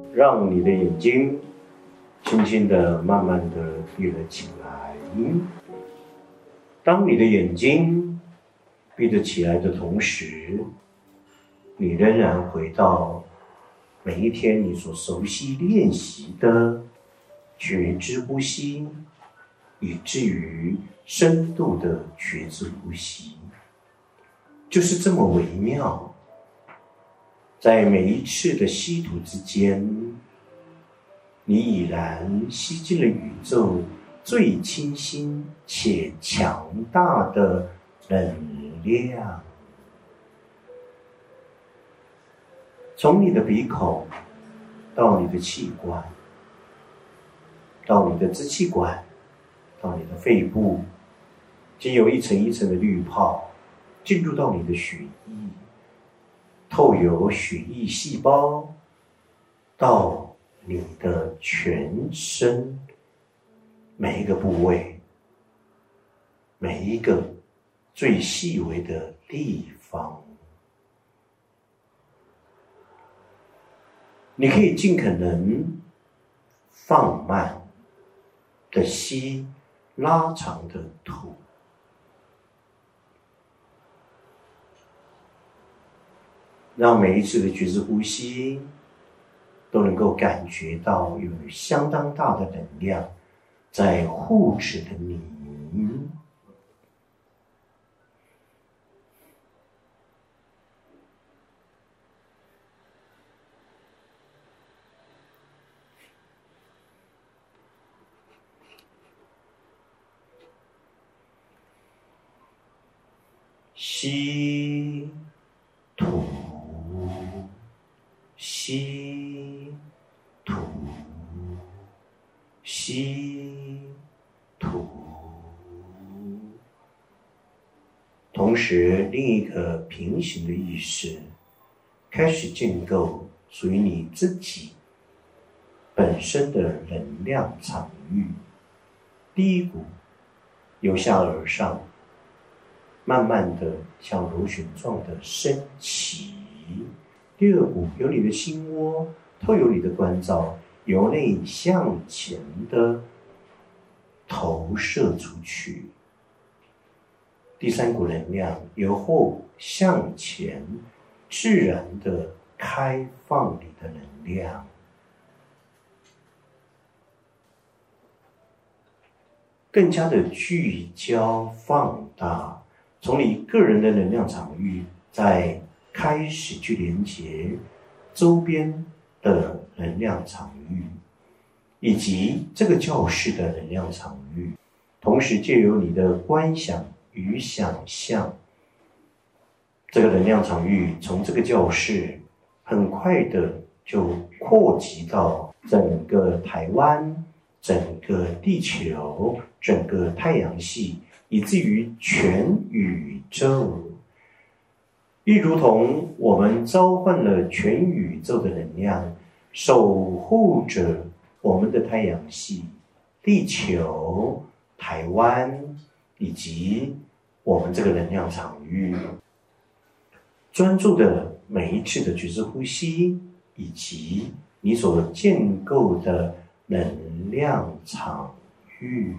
让你的眼睛轻轻的、慢慢的闭了起来。当你的眼睛闭着起来的同时，你仍然回到每一天你所熟悉练习的觉知呼吸，以至于深度的觉知呼吸，就是这么微妙。在每一次的吸吐之间，你已然吸进了宇宙最清新且强大的能量。从你的鼻孔到你的气管，到你的支气管，到你的肺部，经由一层一层的滤泡进入到你的血液，透由血液细胞到你的全身每一个部位，每一个最细微的地方。你可以尽可能放慢的吸，拉长的吐。让每一次的觉知呼吸都能够感觉到有相当大的能量在护持着你。吸吐，吸吐，吸吐。同时，另一个平行的意识开始建构属于你自己本身的能量场域。第一股由下而上，慢慢的像螺旋状的升起。第二股由你的心窝透由你的关照，由内向前的投射出去。第三股能量由后向前自然的开放你的能量。更加的聚焦放大，从你个人的能量场域再开始去连接周边的能量场域，以及这个教室的能量场域，同时借由你的观想与想象，这个能量场域从这个教室很快的就扩及到整个台湾，整个地球，整个太阳系，以至于全宇宙。亦如同我们召唤了全宇宙的能量，守护着我们的太阳系、地球、台湾，以及我们这个能量场域。专注的每一次的觉知呼吸，以及你所建构的能量场域。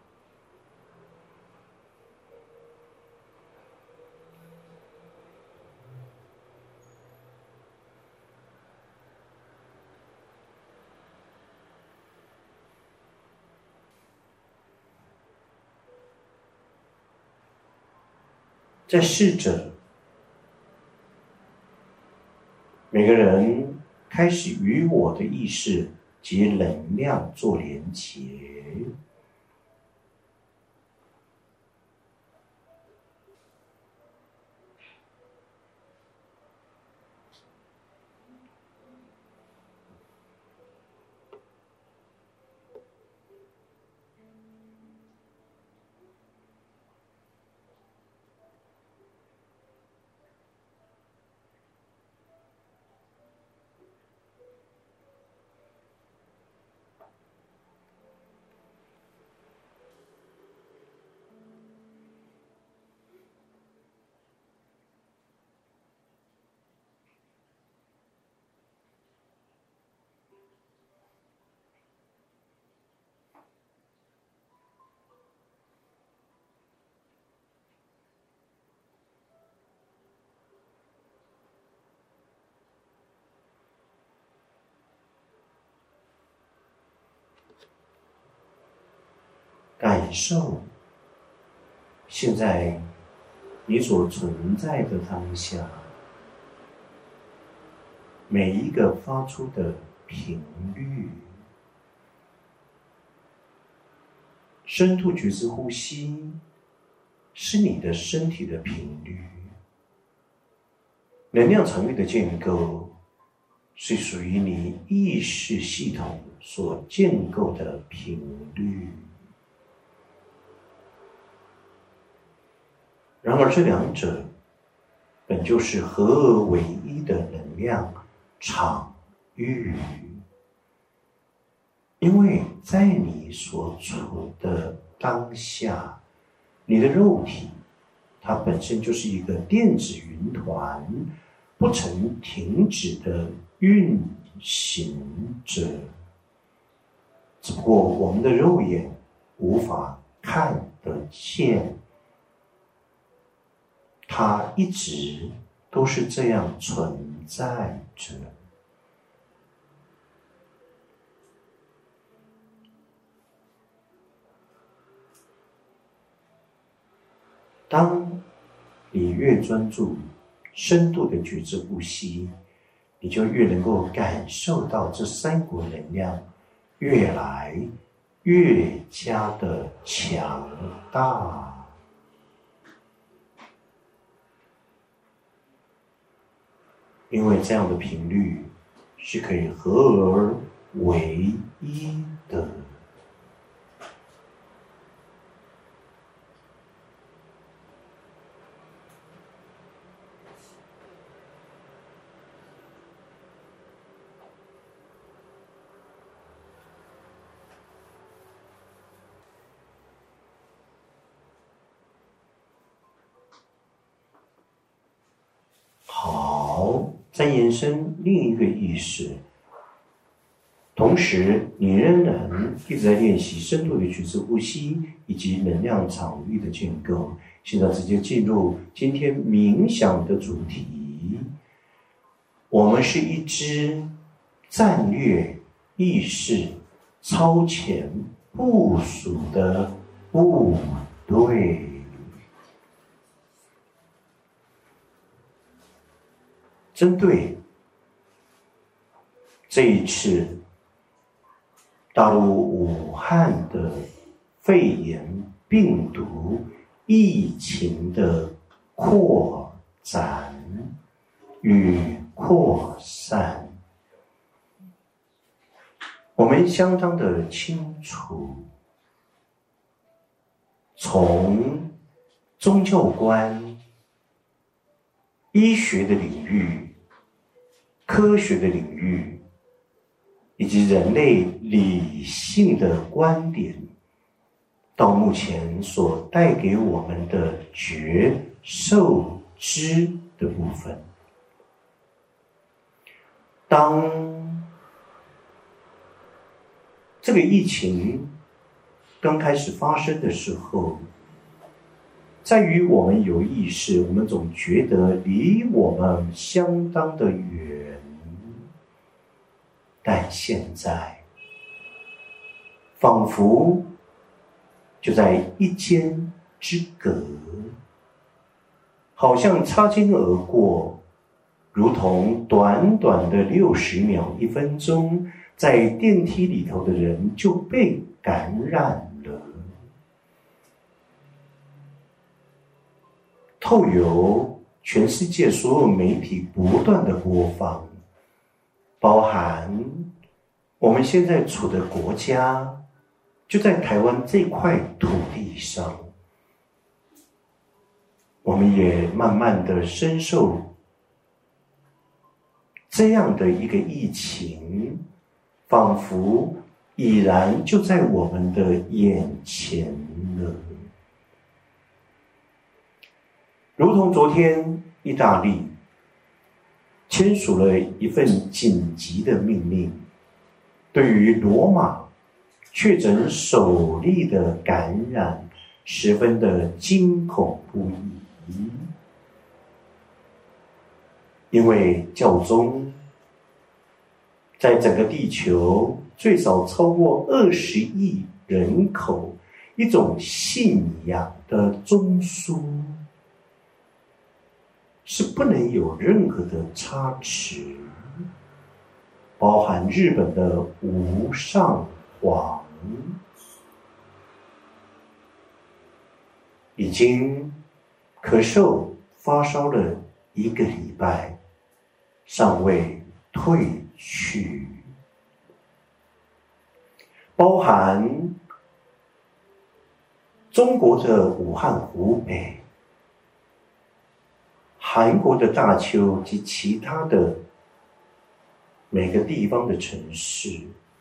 再试着每个人开始与我的意识及能量做连结。 感受现在你所存在的当下，每一个发出的频率。深度觉知呼吸是你的身体的频率，能量场域的建构是属于你意识系统所建构的频率。然而这两者本就是合而为一的能量场域，因为在你所处的当下，你的肉体它本身就是一个电子云团，不曾停止的运行着，只不过我们的肉眼无法看得见，它一直都是这样存在着。当你越专注深度的觉知呼吸，你就越能够感受到这三股能量越来越加的强大。因为这样的频率是可以合而为一的。再延伸另一个意识，同时你仍然一直在练习深度的觉知呼吸以及能量场域的建构。现在直接进入今天冥想的主题，我们是一支战略意识超前部署的部队。针对这一次大陆武汉的肺炎病毒疫情的扩展与扩散，我们相当的清楚，从宗教观、医学的领域、科学的领域，以及人类理性的观点，到目前所带给我们的觉受知的部分，当这个疫情刚开始发生的时候，在于我们有意识，我们总觉得离我们相当的远，但现在仿佛就在一肩之隔，好像擦肩而过，如同短短的60秒、1分钟，在电梯里头的人就被感染了。透由全世界所有媒体不断的播放，包含我们现在处的国家，就在台湾这块土地上，我们也慢慢的深受这样的一个疫情，仿佛已然就在我们的眼前了。如同昨天意大利签署了一份紧急的命令，对于罗马确诊首例的感染十分的惊恐不已，因为教宗在整个地球最少超过20亿人口一种信仰的中枢，是不能有任何的差池，包含日本的无上皇已经咳嗽发烧了1个礼拜，尚未退去，包含中国的武汉、湖北、韩国的大邱及其他的每个地方的城市，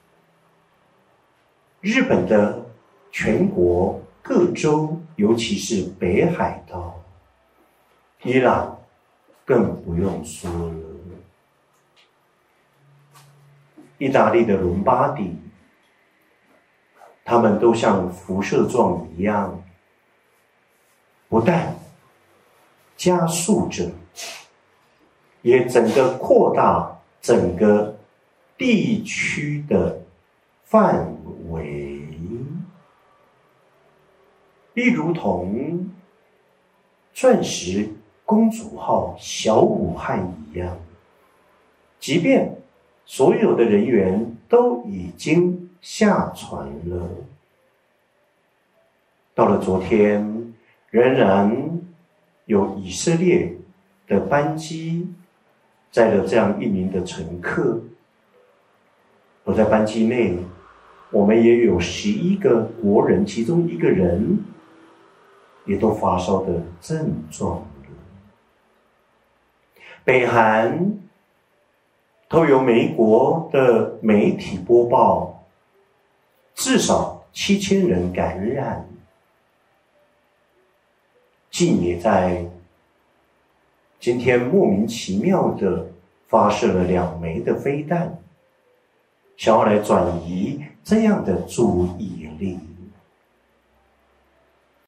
日本的全国各州，尤其是北海道，伊朗更不用说了，意大利的伦巴第，他们都像辐射状一样，不但加速着，也整个扩大整个地区的范围，亦如同钻石公主号小武汉一样，即便所有的人员都已经下船了，到了昨天，仍然有以色列的班机载了这样1名的乘客，而在班机内，我们也有11个国人，其中1个人也都发烧的症状了。北韩都由美国的媒体播报，至少7000人感染，竟也在今天莫名其妙的发射了2枚的飞弹，想要来转移这样的注意力。